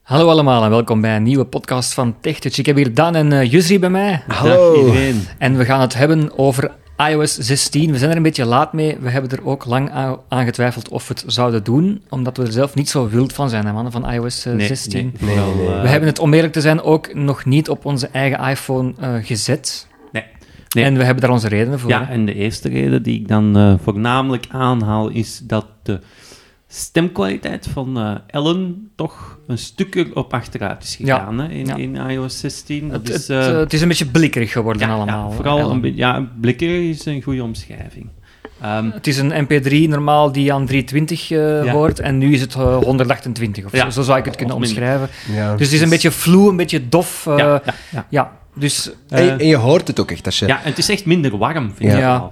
Hallo allemaal en welkom bij een nieuwe podcast van TechTouch. Ik heb hier Dan en Yusri bij mij. Hallo iedereen. En we gaan het hebben over iOS 16. We zijn er een beetje laat mee. We hebben er ook lang aan getwijfeld of we het zouden doen, omdat we er zelf niet zo wild van zijn, hè, mannen, van iOS 16. Nee. We hebben het, om eerlijk te zijn, ook nog niet op onze eigen iPhone gezet. Nee. En we hebben daar onze redenen voor. Ja, en de eerste reden die ik dan voornamelijk aanhaal is dat de stemkwaliteit van Ellen toch een stukje op achteruit is gegaan in iOS 16. Het is een beetje blikkerig geworden allemaal. Ja, vooral blikkerig is een goede omschrijving. Het is een MP3 normaal die aan 320 hoort en nu is het 128 of zo. Zo zou ik het kunnen omschrijven. Ja, dus het is een beetje vloe, een beetje dof. Dus, en je hoort het ook echt als je... Ja, en het is echt minder warm, vind ik wel.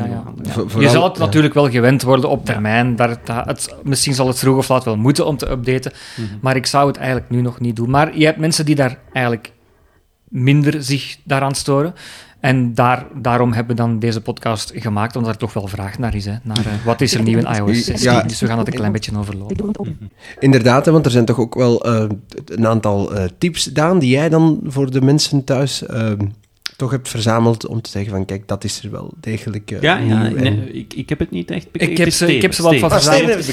Je zal het natuurlijk wel gewend worden op termijn. Misschien zal het vroeg of laat wel moeten om te updaten, maar ik zou het eigenlijk nu nog niet doen. Maar je hebt mensen die daar eigenlijk minder zich daaraan storen. En daarom hebben we dan deze podcast gemaakt, omdat er toch wel vraag naar is. Hè, naar wat is er nieuw in iOS 16. Ja. Dus we gaan dat een klein beetje overlopen. Inderdaad, want er zijn toch ook wel een aantal tips, Daan, die jij dan voor de mensen thuis toch hebt verzameld om te zeggen van, kijk, dat is er wel degelijk ik heb het niet echt bekeken. Ik heb ze wat van verzameld.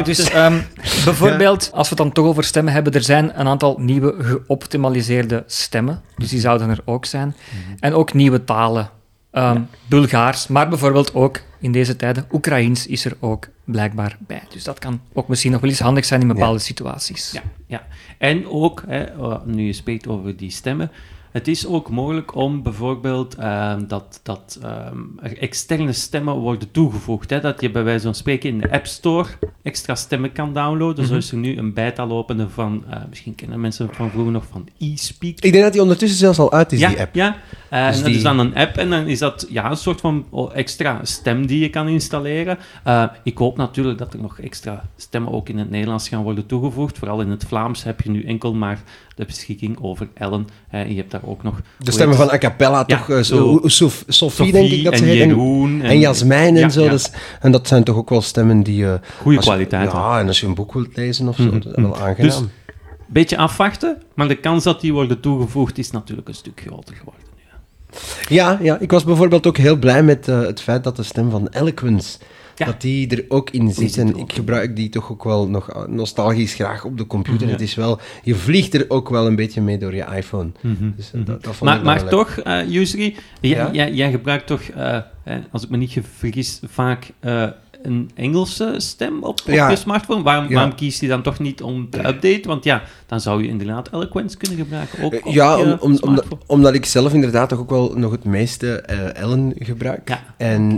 Bijvoorbeeld, als we het dan toch over stemmen hebben, er zijn een aantal nieuwe geoptimaliseerde stemmen. Dus die zouden er ook zijn. En ook nieuwe talen. Bulgaars, maar bijvoorbeeld ook in deze tijden Oekraïens is er ook blijkbaar bij. Dus dat kan ook misschien nog wel eens handig zijn in bepaalde situaties. Ja. En ook, nu je spreekt over die stemmen, het is ook mogelijk om bijvoorbeeld dat externe stemmen worden toegevoegd. Hè? Dat je bij wijze van spreken in de App Store extra stemmen kan downloaden. Zo is er nu een beta lopende van, misschien kennen mensen van vroeger nog van eSpeak. Ik denk dat die ondertussen zelfs al uit is, die app. Ja, dus dat is dan een app en dan is dat een soort van extra stem die je kan installeren. Ik hoop natuurlijk dat er nog extra stemmen ook in het Nederlands gaan worden toegevoegd. Vooral in het Vlaams heb je nu enkel maar de beschikking over Ellen. Je hebt daar ook nog... De stemmen van a cappella, toch? Sophie, denk ik dat ze heet. En Jasmijn en zo. Ja. En dat zijn toch ook wel stemmen die... goede kwaliteit. Ja, en als je een boek wilt lezen of zo, dat is wel aangenaam. Dus, een beetje afwachten, maar de kans dat die worden toegevoegd is natuurlijk een stuk groter geworden. Ja, ik was bijvoorbeeld ook heel blij met het feit dat de stem van Eloquence... dat die er ook in zit. En ik gebruik die toch ook wel nog nostalgisch graag op de computer. Het is wel... Je vliegt er ook wel een beetje mee door je iPhone. Dus, dat vond ik maar toch, Yusri, jij gebruikt toch, als ik me niet vergis, vaak een Engelse stem op je smartphone. Waarom kies je dan toch niet om te updaten? Want dan zou je inderdaad Eloquence kunnen gebruiken. Ook op omdat ik zelf inderdaad toch ook wel nog het meeste Ellen gebruik. Ja. En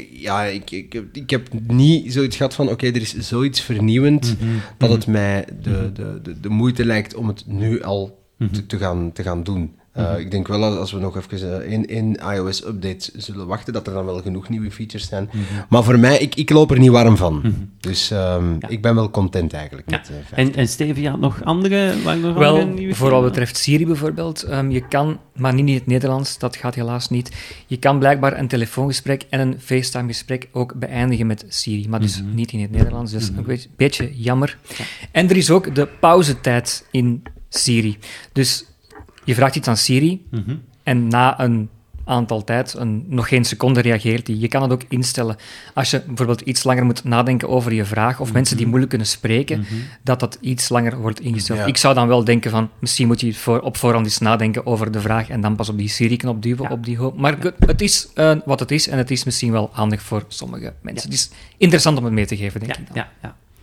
ik heb niet zoiets gehad van, er is zoiets vernieuwend dat het mij de moeite lijkt om het nu al te gaan doen. Ik denk wel als we nog even in iOS-update zullen wachten, dat er dan wel genoeg nieuwe features zijn. Maar voor mij, ik loop er niet warm van. Dus ik ben wel content eigenlijk met En Steven, had nog andere nieuwe voor wat betreft Siri bijvoorbeeld, je kan, maar niet in het Nederlands, dat gaat helaas niet. Je kan blijkbaar een telefoongesprek en een FaceTime-gesprek ook beëindigen met Siri, maar dus niet in het Nederlands. Dus een beetje jammer. Ja. En er is ook de pauzetijd in Siri. Dus je vraagt iets aan Siri en na een aantal tijd, nog geen seconde, reageert hij. Je kan het ook instellen. Als je bijvoorbeeld iets langer moet nadenken over je vraag, of mensen die moeilijk kunnen spreken, dat iets langer wordt ingesteld. Ja. Ik zou dan wel denken van, misschien moet je op voorhand eens nadenken over de vraag en dan pas op die Siri-knop duwen op die hoop. Maar het is wat het is en het is misschien wel handig voor sommige mensen. Het is interessant om het mee te geven, denk ik dan.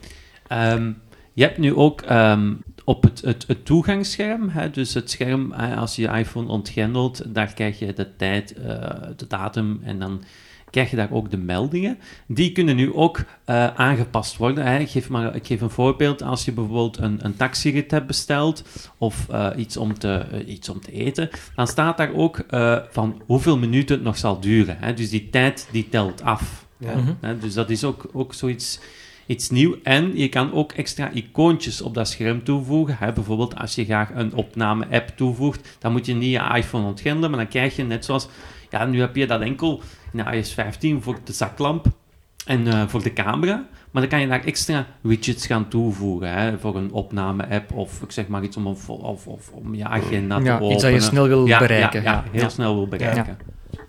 Je hebt nu ook op het toegangsscherm, dus het scherm, als je je iPhone ontgrendelt, daar krijg je de tijd, de datum en dan krijg je daar ook de meldingen. Die kunnen nu ook aangepast worden. Ik geef een voorbeeld. Als je bijvoorbeeld een taxirit hebt besteld of iets om te eten, dan staat daar ook van hoeveel minuten het nog zal duren. Dus die tijd die telt af. Dus dat is ook zoiets... Iets nieuw. En je kan ook extra icoontjes op dat scherm toevoegen. Bijvoorbeeld als je graag een opname-app toevoegt, dan moet je niet je iPhone ontgrendelen, maar dan krijg je net zoals... nu heb je dat enkel in iOS 15 voor de zaklamp. En voor de camera. Maar dan kan je daar extra widgets gaan toevoegen. Hè, voor een opname-app of ik zeg maar iets om je agenda te openen. Iets dat je snel wil bereiken. Ja, heel snel wil bereiken. Ja.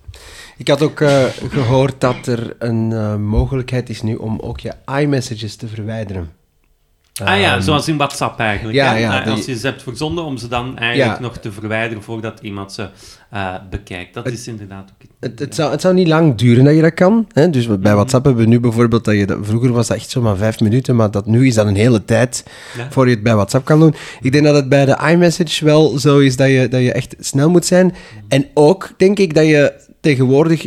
Ik had ook gehoord dat er een mogelijkheid is nu om ook je iMessages te verwijderen. Zoals in WhatsApp eigenlijk. Ja, als je ze hebt verzonden, om ze dan eigenlijk nog te verwijderen voordat iemand ze bekijkt. Dat is inderdaad ook... Het zou niet lang duren dat je dat kan. Hè? Dus bij WhatsApp hebben we nu bijvoorbeeld vroeger was dat echt zomaar 5 minuten, maar nu is dat een hele tijd voor je het bij WhatsApp kan doen. Ik denk dat het bij de iMessage wel zo is dat je echt snel moet zijn. En ook denk ik dat je tegenwoordig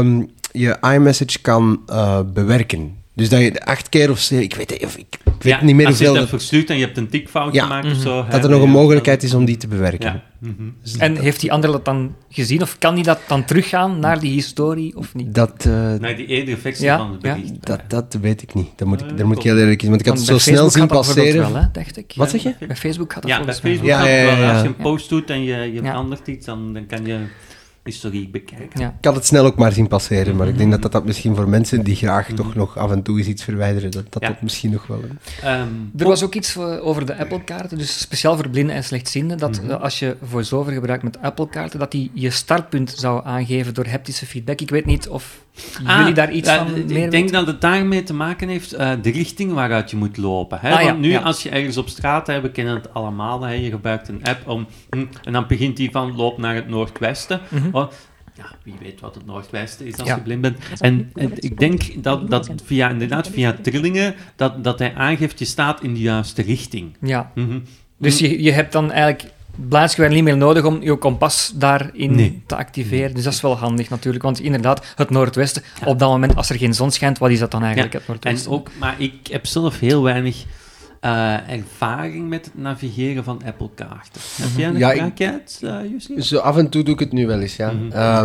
je iMessage kan bewerken. Dus dat je 8 keer of 7, ik weet niet meer als je hoeveel... het hebt verstuurd en je hebt een tikfout gemaakt of zo... Dat er nog een mogelijkheid is om die te bewerken. Ja. Dus En heeft die ander dat dan gezien? Of kan die dat dan teruggaan naar die historie, of niet? Naar die eerdere versie van het bericht. Dat weet ik niet. Daar moet ik heel eerlijk in. Want ik had het zo snel zien passeren. Wel, dacht ik. Wat zeg je? Bij Facebook gaat dat Ja, volgens bij mij Facebook wel. wel. Als je een post doet en je verandert iets, dan kan je historiek bekijken. Ja. Ik had het snel ook maar zien passeren, maar ik denk dat misschien voor mensen die graag toch nog af en toe eens iets verwijderen, dat misschien nog wel... Er was ook iets over de Apple-kaarten, dus speciaal voor blinden en slechtzienden, dat als je VoiceOver gebruikt met Apple-kaarten, dat die je startpunt zou aangeven door haptische feedback. Ik weet niet of jullie daar iets van meer weten. Ik denk dat het daarmee te maken heeft, de richting waaruit je moet lopen. Hè? Want nu, als je ergens op straat, we kennen het allemaal, hè, je gebruikt een app en dan begint die van, loop naar het noordwesten. Wie weet wat het noordwesten is als je blind bent. En ik denk dat via trillingen, dat hij aangeeft, je staat in de juiste richting. Ja. Dus je hebt dan eigenlijk blaadsgeweer niet meer nodig om je kompas daarin te activeren. Dus dat is wel handig natuurlijk, want inderdaad, het noordwesten, op dat moment, als er geen zon schijnt, wat is dat dan eigenlijk, het noordwesten? Maar ik heb zelf heel weinig ervaring met het navigeren van Apple-kaarten. Heb jij een gebruikheid, Jussi? Zo af en toe doe ik het nu wel eens, ja.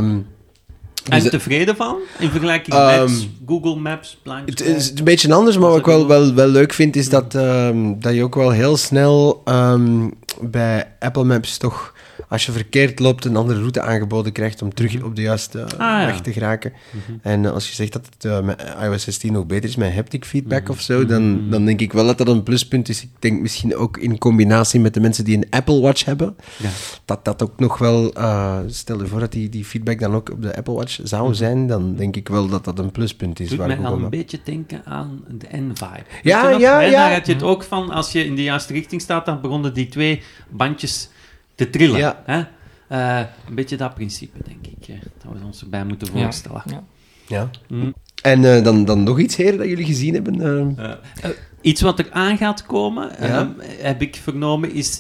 En tevreden van? In vergelijking met Google Maps, Het is een beetje anders, maar wat ik wel leuk vind, is dat je ook wel heel snel bij Apple Maps toch, als je verkeerd loopt, een andere route aangeboden krijgt om terug op de juiste weg te geraken. En als je zegt dat het met iOS 16 nog beter is met haptic feedback of zo, dan denk ik wel dat een pluspunt is. Ik denk misschien ook in combinatie met de mensen die een Apple Watch hebben, dat ook nog wel... stel je voor dat die feedback dan ook op de Apple Watch zou zijn, dan denk ik wel dat een pluspunt is. Doet waar mij Google al een beetje denken aan de N-Vibe. Ja. Daar had je het ook van, als je in de juiste richting staat, dan begonnen die 2 bandjes te trillen. Ja. Hè? Een beetje dat principe, denk ik, dat we ons erbij moeten voorstellen. Ja. En dan nog iets, heren, dat jullie gezien hebben? Iets wat er aan gaat komen, heb ik vernomen, is...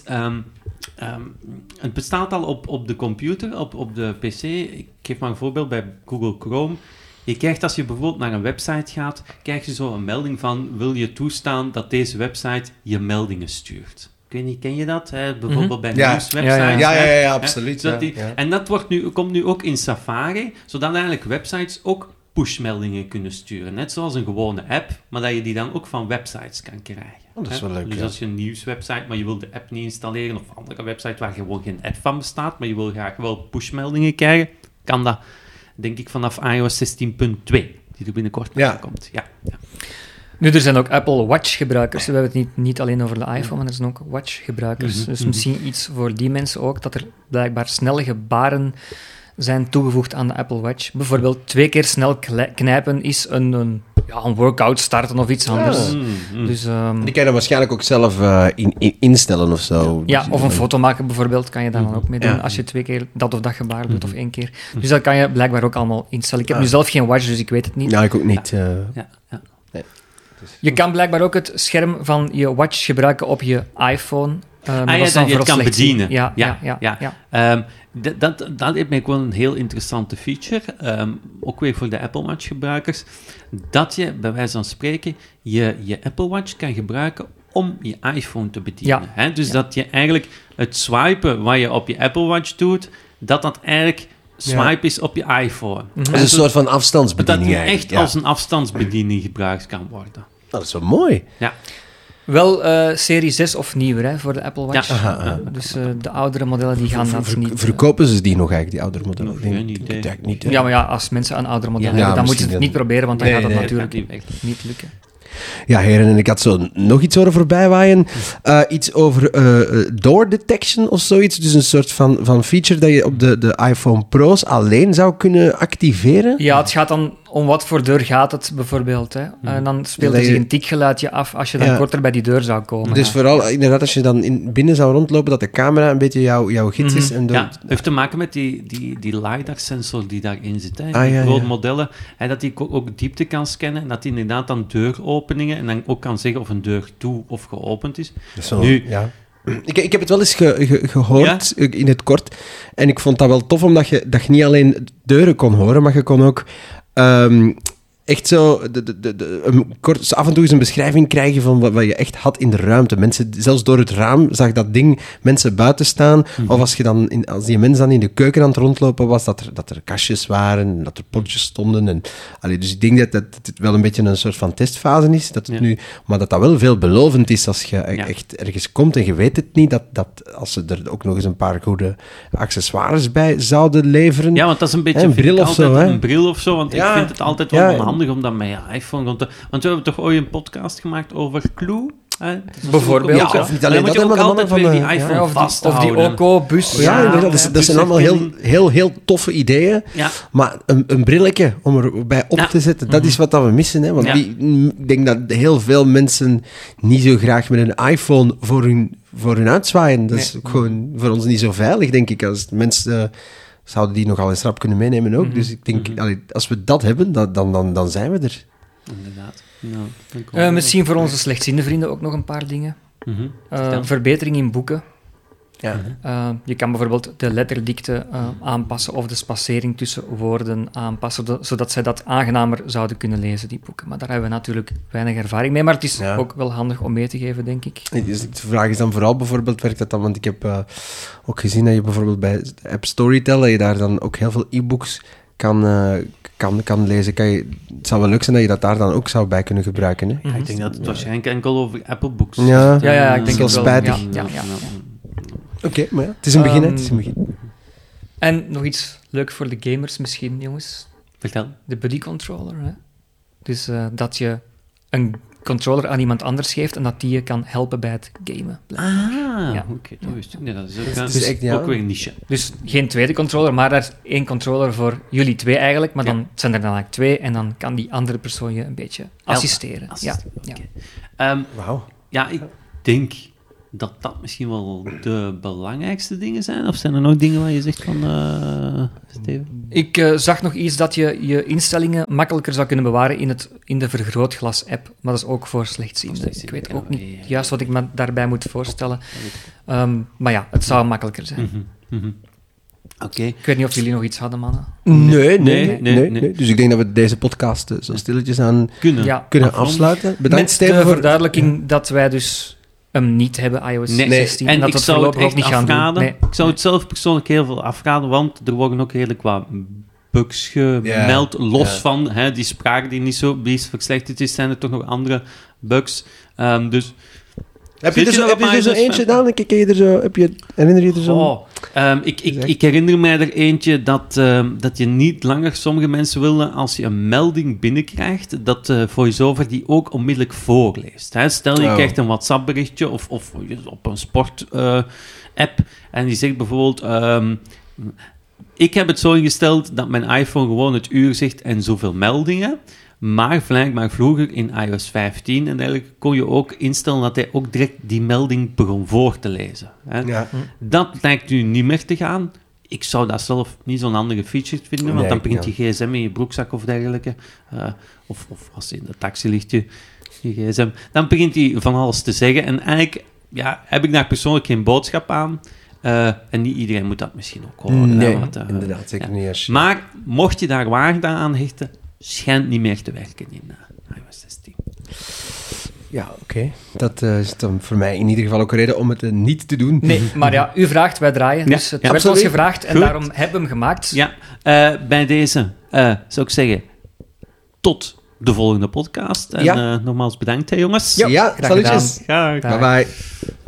het bestaat al op de computer, op de PC. Ik geef maar een voorbeeld bij Google Chrome. Je krijgt, als je bijvoorbeeld naar een website gaat, krijg je zo een melding van, wil je toestaan dat deze website je meldingen stuurt? Ik weet niet, ken je dat? Hè? Bijvoorbeeld bij nieuwswebsites. Ja, absoluut. En dat komt nu ook in Safari, zodat eigenlijk websites ook pushmeldingen kunnen sturen. Net zoals een gewone app, maar dat je die dan ook van websites kan krijgen. Dat is wel leuk, Dus als je een nieuwswebsite, maar je wil de app niet installeren, of een andere website waar gewoon geen app van bestaat, maar je wil graag wel pushmeldingen krijgen, kan dat, denk ik, vanaf iOS 16.2, die er binnenkort komt. Ja. Nu, er zijn ook Apple Watch-gebruikers. We hebben het niet alleen over de iPhone, maar er zijn ook Watch-gebruikers. Dus misschien iets voor die mensen ook, dat er blijkbaar snelle gebaren zijn toegevoegd aan de Apple Watch. Bijvoorbeeld 2 keer snel knijpen is een workout starten of iets anders. Dus, die kan je dan waarschijnlijk ook zelf instellen of zo. Ja, of een foto maken bijvoorbeeld, kan je daar dan ook mee doen, als je 2 keer dat of dat gebaar doet, of 1 keer. Dus dat kan je blijkbaar ook allemaal instellen. Ik heb nu zelf geen Watch, dus ik weet het niet. Ja, ik ook niet. Je kan blijkbaar ook het scherm van je Watch gebruiken op je iPhone. Dat je het kan bedienen. Ja. Dat lijkt mij gewoon een heel interessante feature, ook weer voor de Apple Watch gebruikers, dat je, bij wijze van spreken, je Apple Watch kan gebruiken om je iPhone te bedienen. Hè? Dus dat je eigenlijk het swipen wat je op je Apple Watch doet, dat eigenlijk swipe is op je iPhone. Dat is een soort van afstandsbediening dat die echt als een afstandsbediening gebruikt kan worden. Dat is wel mooi. Ja. Wel serie 6 of nieuwer hè, voor de Apple Watch. Ja. Aha. Dus de oudere modellen die gaan dat niet... Verkopen ze die nog eigenlijk, die oudere modellen? Geen idee. Ik denk eigenlijk niet, hè. Ja, maar ja, als mensen een oudere model Ja, hebben, dan misschien moeten ze het dan. niet proberen, want dan Nee, gaat dat nee, natuurlijk niet lukken. Ja, heren, en ik had zo nog iets horen voorbijwaaien. Iets over door detection of zoiets. Dus een soort van feature dat je op de iPhone Pro's alleen zou kunnen activeren. Ja, het gaat dan om wat voor deur gaat het bijvoorbeeld. Hè. En dan speelt Dat er zich je- een tikgeluidje af als je dan Ja. korter bij die deur zou komen. Dus ja. vooral, inderdaad, als je dan binnen zou rondlopen, dat de camera een beetje jouw gids is. En Ja, het heeft te maken met die LiDAR-sensor die daarin zit. Hè. Ah, Die ja, grote ja. modellen. En dat die ook diepte kan scannen. En dat die inderdaad dan deuropeningen... En dan ook kan zeggen of een deur toe of geopend is. Zo, Nu- ja. Ik heb het wel eens gehoord, in het kort. En ik vond dat wel tof, omdat je niet alleen deuren kon horen, maar je kon ook... echt zo af en toe eens een beschrijving krijgen van wat je echt had in de ruimte. Mensen, zelfs door het raam zag dat ding mensen buiten staan. Of als die mensen dan in de keuken aan het rondlopen was, dat er kastjes waren, dat er potjes stonden. En, dus ik denk dat het wel een beetje een soort van testfase is. Dat het nu, maar dat wel veelbelovend is als je echt ergens komt en je weet het niet, dat als ze er ook nog eens een paar goede accessoires bij zouden leveren. Ja, want dat is een beetje... Een vind ik bril of altijd zo, hè? een bril of zo, want Ja. ik vind het altijd wel Ja. onhandig om dat met je iPhone... Want we hebben toch ooit een podcast gemaakt over Clue? Hè? Bijvoorbeeld, Ja, ja. of niet alleen Dan moet dat, je ook maar de altijd mannen weer van die de- iPhone Ja, of die vasthouden. Oco-bus. Ja, inderdaad. Dat dus zijn allemaal heel toffe ideeën. Ja. Maar een brilletje om erbij op Ja. te zetten, dat is wat dat we missen. Hè? Want Ja. ik denk dat heel veel mensen niet zo graag met een iPhone voor hun uitzwaaien. Dat is ook gewoon voor ons niet zo veilig, denk ik. Als mensen zouden die nogal eens rap kunnen meenemen ook. Dus ik denk, als we dat hebben, dan zijn we er. Inderdaad. Nou, dat komt wel. Misschien voor onze slechtziende vrienden ook nog een paar dingen. Mhm. Vertel. Verbetering in boeken. Ja. Je kan bijvoorbeeld de letterdikte aanpassen of de spacering tussen woorden aanpassen, zodat zij dat aangenamer zouden kunnen lezen, die boeken. Maar daar hebben we natuurlijk weinig ervaring mee, maar het is Ja. ook wel handig om mee te geven, denk ik. Dus de vraag is dan vooral bijvoorbeeld, werkt dat dan? Want ik heb ook gezien dat je bijvoorbeeld bij de app Storytel, dat je daar dan ook heel veel e-books kan lezen. Het zou wel leuk zijn dat je dat daar dan ook zou bij kunnen gebruiken. Hè? Ja, ik denk dat het waarschijnlijk enkel over Apple Books Ja. Ja, ik denk wel het wel. spijtig. Ja. Oké, maar ja, het is een begin. Hè, het is een begin. En nog iets leuk voor de gamers misschien, jongens. Vertel. De buddy controller. Hè? Dus dat je een controller aan iemand anders geeft en dat die je kan helpen bij het gamen. Ah, Ja. oké. Dat wist ik niet. Dat is ook, het is echt, ja. ook weer een niche. Dus geen tweede controller, maar er is één controller voor jullie twee eigenlijk. Maar dan zijn er dan eigenlijk twee en dan kan die andere persoon je een beetje assisteren. Assisteren, Ja. Ehm, Wauw. ja, ik denk dat misschien wel de belangrijkste dingen zijn. Of zijn er nog dingen waar je zegt van... Steven? Ik zag nog iets dat je instellingen makkelijker zou kunnen bewaren in de vergrootglas-app. Maar dat is ook voor slechtzienden. Ik weet ook niet juist wat ik me daarbij moet voorstellen. Maar ja, het zou makkelijker zijn. Oké. Ik weet niet of jullie nog iets hadden, mannen. Nee. Dus ik denk dat we deze podcast zo stilletjes aan Kunnen. kunnen afronden. afsluiten. Bedankt, Met Steven, de voor... verduidelijking dat wij dus hem niet hebben, iOS Nee. 16. En En dat ik we het zou het voorlopig ook echt niet gaan doen. afraden. Nee. Ik zou het zelf persoonlijk heel veel afraden, want er worden ook redelijk wat bugs gemeld. Los van die spraak die niet zo blies verslechterd is, zijn er toch nog andere bugs. Dus... Heb je er zo iOS eentje gedaan? Herinner je er zo? Oh, ik herinner mij er eentje dat je niet langer, sommige mensen willen, als je een melding binnenkrijgt, dat VoiceOver die ook onmiddellijk voorleest. Hè? Stel, je krijgt een WhatsApp-berichtje of op een sport-app en die zegt bijvoorbeeld... ik heb het zo ingesteld dat mijn iPhone gewoon het uur zegt en zoveel meldingen. Maar blijkbaar vroeger in iOS 15 en dergelijke kon je ook instellen dat hij ook direct die melding begon voor te lezen. Hè. Ja. Dat lijkt nu niet meer te gaan. Ik zou dat zelf niet zo'n handige feature vinden, want dan begint je gsm in je broekzak of dergelijke. Of als je in de taxi ligt, je gsm. Dan begint hij van alles te zeggen. En eigenlijk heb ik daar persoonlijk geen boodschap aan. En niet iedereen moet dat misschien ook horen. Nee, Want, inderdaad, zeker niet. Als je... Maar mocht je daar waarde aan hechten, schijnt niet meer te werken in iOS 16. Ja, oké. Dat is dan voor mij in ieder geval ook een reden om het niet te doen. Nee, maar ja, u vraagt, wij draaien. Dus het werd ons absoluut. gevraagd en Goed. daarom hebben we hem gemaakt. Ja, bij deze zou ik zeggen, tot de volgende podcast. En nogmaals bedankt, hè, jongens. Ja, graag salutjes. Graag. Bye bye.